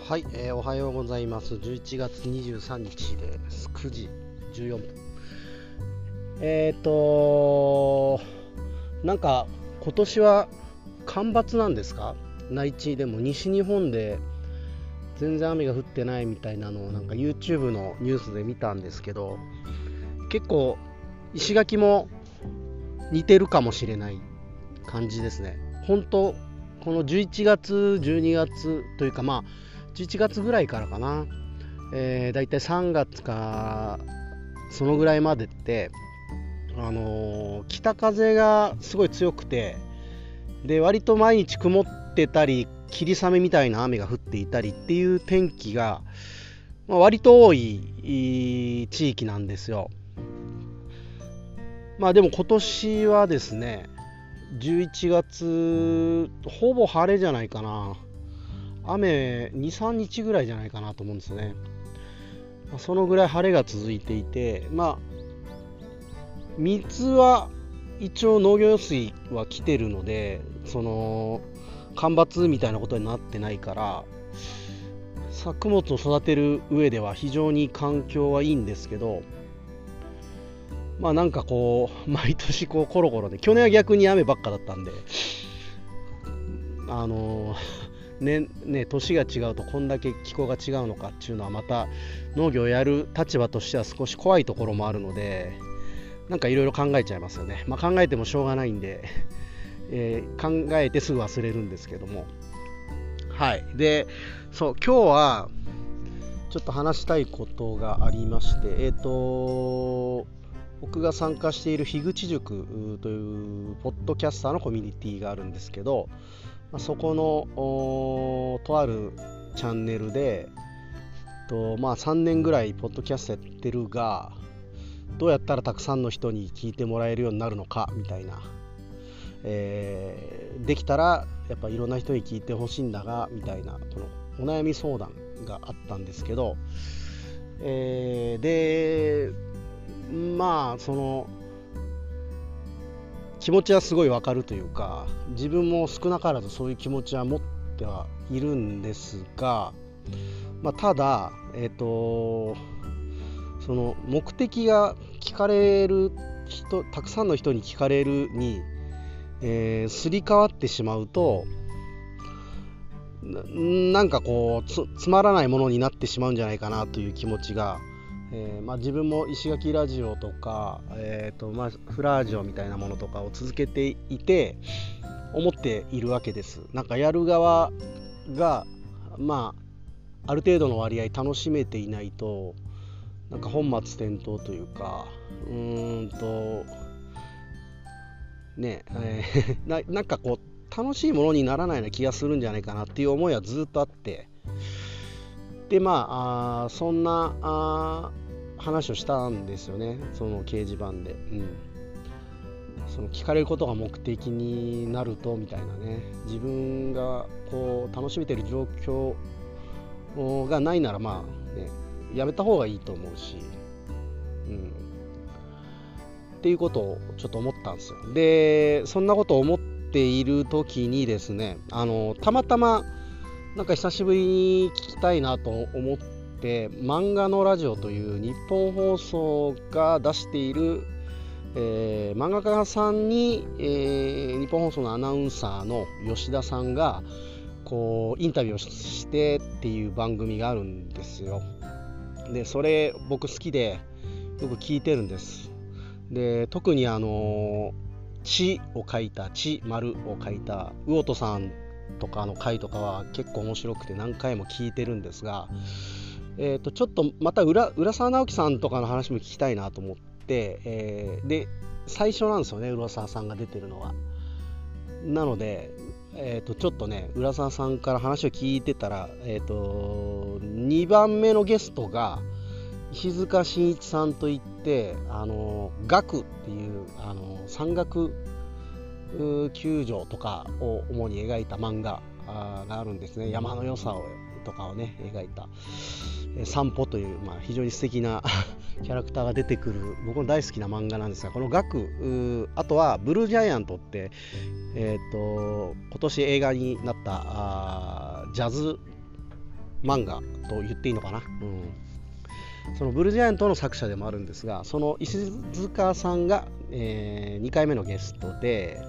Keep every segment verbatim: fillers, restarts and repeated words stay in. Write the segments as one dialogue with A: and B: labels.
A: はい、えーおはようございます。じゅういちがつにじゅうさんにちです。くじじゅうよんぷん。えっ、ー、となんか今年は干ばつなんですか？内地でも西日本で全然雨が降ってないみたいなのをなんか YouTube のニュースで見たんですけど、結構石垣も似てるかもしれない感じですね。本当このじゅういちがつじゅうにがつというか、まあじゅういちがつぐらいからかな、えー、だいたいさんがつかそのぐらいまでって、あのー北風がすごい強くて、で割と毎日曇ってたり霧雨みたいな雨が降っていたりっていう天気が、まあ、割と多い地域なんですよ。まあでも今年はですね、じゅういちがつほぼ晴れじゃないかな。雨に、さんにちぐらいじゃないかなと思うんですね。そのぐらい晴れが続いていて、まあ水は一応農業用水は来てるので、その干ばつみたいなことになってないから、作物を育てる上では非常に環境はいいんですけど、まあなんかこう毎年こうコロコロで、去年は逆に雨ばっかだったんで、あのねね年が違うとこんだけ気候が違うのかっていうのは、また農業をやる立場としては少し怖いところもあるので、なんかいろいろ考えちゃいますよね。まあ考えてもしょうがないんで、えー考えてすぐ忘れるんですけども、はい。で、そう今日はちょっと話したいことがありまして、えっ、と僕が参加している樋口塾というポッドキャスターのコミュニティがあるんですけど、まあそこのとあるチャンネルで、とまあ、さんねんぐらいポッドキャストやってるが、どうやったらたくさんの人に聞いてもらえるようになるのかみたいな、えーできたらやっぱいろんな人に聞いてほしいんだがみたいな、このお悩み相談があったんですけど、えーでまあその気持ちはすごいわかるというか、自分も少なからずそういう気持ちは持ってはいるんですが、まあ、ただ、えっとその目的が聞かれる人、たくさんの人に聞かれるに、えーすり替わってしまうと、ななんかこう つ, つまらないものになってしまうんじゃないかなという気持ちが、えーまあ、自分も石垣ラジオとか、えーとまあ、フラージオみたいなものとかを続けていて思っているわけです。なんかやる側が、まあ、ある程度の割合楽しめていないと、なんか本末転倒というか、うーんとねえーな、なんかこう楽しいものにならないような気がするんじゃないかなっていう思いはずっとあって、でまあ、あーそんなあー話をしたんですよね、その掲示板で。うん、その聞かれることが目的になるとみたいなね、自分がこう楽しめてる状況がないなら、まあね、やめた方がいいと思うし、うん、っていうことをちょっと思ったんですよ。でそんなことを思っている時にですね、あのたまたまなんか久しぶりに聞きたいなと思って、漫画のラジオという日本放送が出している、えー漫画家さんに、えー日本放送のアナウンサーの吉田さんがこうインタビューをしてっていう番組があるんですよ。でそれ僕好きでよく聞いてるんです。で特にあの地を書いた地丸を書いた魚戸さんとかの回とかは結構面白くて何回も聞いてるんですが、えー、とちょっとまた 浦, 浦沢直樹さんとかの話も聞きたいなと思って、えーで最初なんですよね、浦沢さんが出てるのは。なので、えー、とちょっとね浦沢さんから話を聞いてたら、えー、とにばんめのゲストが石塚真一さんといって、あの学っていうあの山岳救助とかを主に描いた漫画があるんですね。山の良さをとかをね描いた散歩という、まあ、非常に素敵なキャラクターが出てくる僕の大好きな漫画なんですが、この学、あとはブルージャイアントって、えー、と今年映画になったあジャズ漫画と言っていいのかな、うん、そのブルージャイアントの作者でもあるんですが、その石塚さんが、えー、にかいめのゲストで、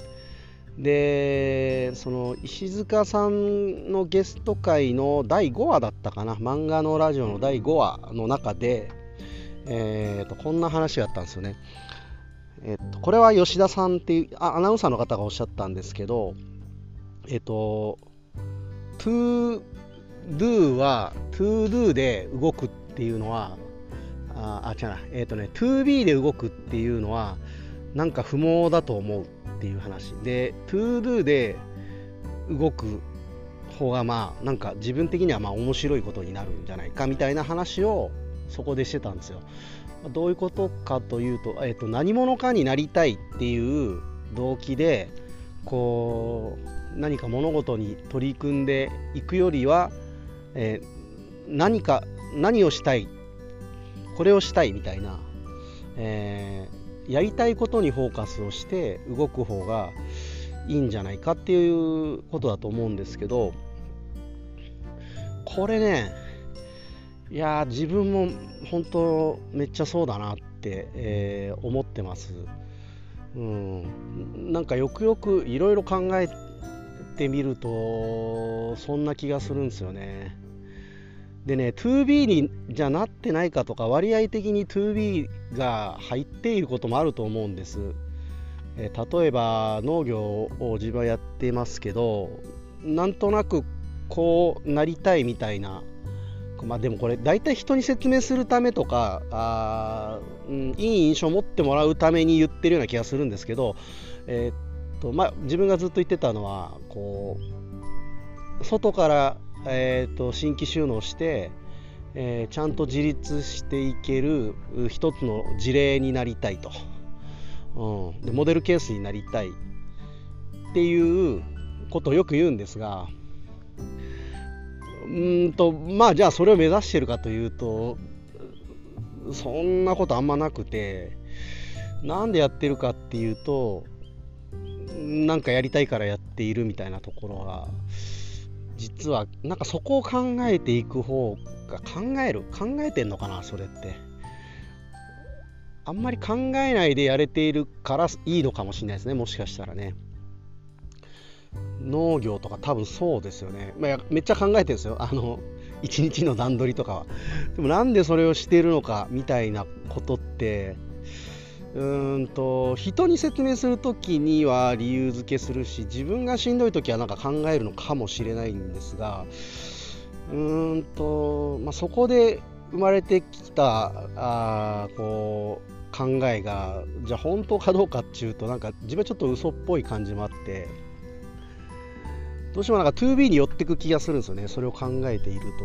A: でその石塚さんのゲスト会のだいごわだったかな、漫画のラジオのだいごわの中で、えー、とこんな話があったんですよね。えっと、これは吉田さんっていうあアナウンサーの方がおっしゃったんですけど、えっと to do は to do で動くっていうのはああ違うなえっとね to be で動くっていうのはなんか不毛だと思うっていう話で、 to do で動く方がまあなんか自分的にはまあ面白いことになるんじゃないかみたいな話をそこでしてたんですよ。どういうことかというと、えっと、何者かになりたいっていう動機でこう何か物事に取り組んでいくよりは、えー、何か何をしたい、これをしたいみたいな、えー、やりたいことにフォーカスをして動く方がいいんじゃないかっていうことだと思うんですけど、これね、いや自分も本当めっちゃそうだなって、えー、思ってます。うん、なんかよくよくいろいろ考えてみるとそんな気がするんですよね。でね トゥービー にじゃなってないかとか、割合的に トゥービー が入っていることもあると思うんです。えー、例えば農業を自分はやってますけど、なんとなくこうなりたいみたいな、まあでもこれ大体人に説明するためとかあ、うん、いい印象を持ってもらうために言ってるような気がするんですけど、えーっとまあ、自分がずっと言ってたのはこう外から、えーっと新規収納して、えー、ちゃんと自立していける一つの事例になりたいと、うん、でモデルケースになりたいっていうことをよく言うんですが、うーんとまあじゃあそれを目指してるかというとそんなことあんまなくて、なんでやってるかっていうとなんかやりたいからやっているみたいなところが、実はなんかそこを考えていく方が考える考えてんのかな、それってあんまり考えないでやれているからいいのかもしれないですね、もしかしたらね。農業とか多分そうですよね、まあ、めっちゃ考えてるんですよ、あの一日の段取りとかは。でもなんでそれをしているのかみたいなことって、うーんと人に説明するときには理由付けするし、自分がしんどいときはなんか考えるのかもしれないんですが、うーんと、まあ、そこで生まれてきたあこう考えがじゃあ本当かどうかっていうと、なんか自分はちょっと嘘っぽい感じもあって、どうしてもなんか トゥービー に寄ってく気がするんですよね、それを考えていると。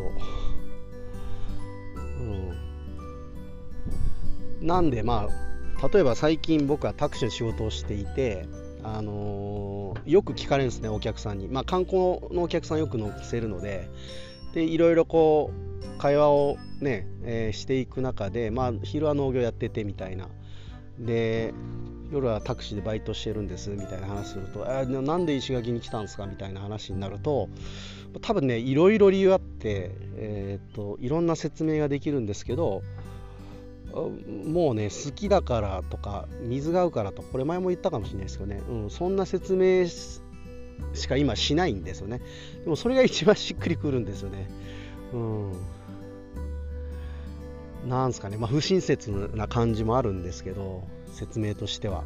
A: うん、なんでまあ例えば最近僕はタクシーの仕事をしていて、あのー、よく聞かれるんですね、お客さんに。まあ観光のお客さんよく乗せるので、でいろいろこう会話をね、えー、していく中で、まあ昼は農業やっててみたいな、で夜はタクシーでバイトしてるんですみたいな話すると、あなんで石垣に来たんですかみたいな話になると、多分ねいろいろ理由あって、えー、っといろんな説明ができるんですけど、もうね好きだからとか水が合うからとか、これ前も言ったかもしれないですけどね、うん、そんな説明しか今しないんですよね。でもそれが一番しっくりくるんですよね。うんなんですかね、まあ、不親切な感じもあるんですけど、説明としては。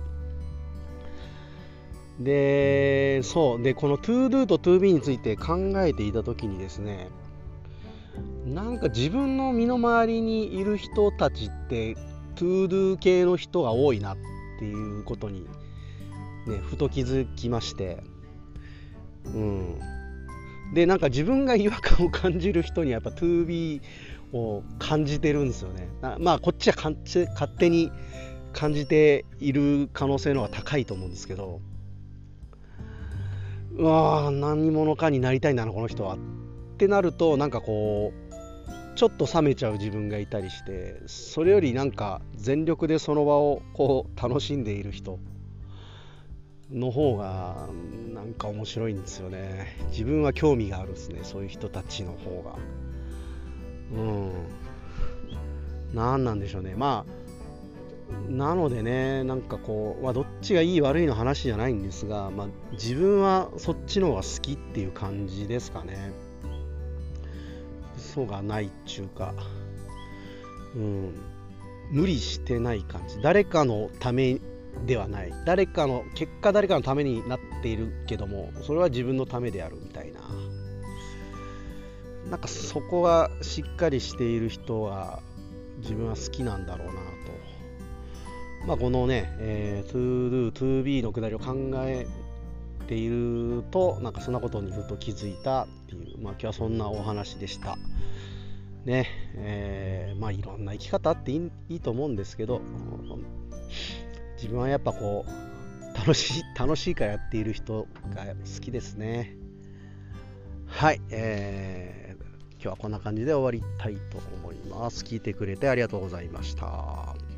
A: で、そうでこの トゥードゥ と トゥービー について考えていた時にですね、なんか自分の身の回りにいる人たちって トゥードゥ 系の人が多いなっていうことにねふと気づきまして、うんでなんか自分が違和感を感じる人にはやっぱ トゥービー を感じてるんですよね。まあこっちは勝手に感じている可能性の方が高いと思うんですけど、うわー何者かになりたいんだなこの人はってなると、なんかこうちょっと冷めちゃう自分がいたりして、それよりなんか全力でその場をこう楽しんでいる人の方がなんなんか面白いんですよね。自分は興味があるですね、そういう人たちの方が。うんなんなんでしょうね。まあなのでね、なんかこう、まあ、どっちがいい悪いの話じゃないんですが、まあ、自分はそっちの方が好きっていう感じですかね。嘘がないっちゅうか、うん、無理してない感じ。誰かのためではない。誰かの、結果誰かのためになっているけども、それは自分のためであるみたいな。なんかそこがしっかりしている人は自分は好きなんだろうなと。まあこのね、えー、to do, to be のくだりを考えていると、なんかそんなことにふと気づいたっていう、まあ今日はそんなお話でした。ね、えー、まあいろんな生き方あっていい、いいと思うんですけど、自分はやっぱこう楽しい楽しいからやっている人が好きですね。はい、えー、今日はこんな感じで終わりたいと思います。聞いてくれてありがとうございました。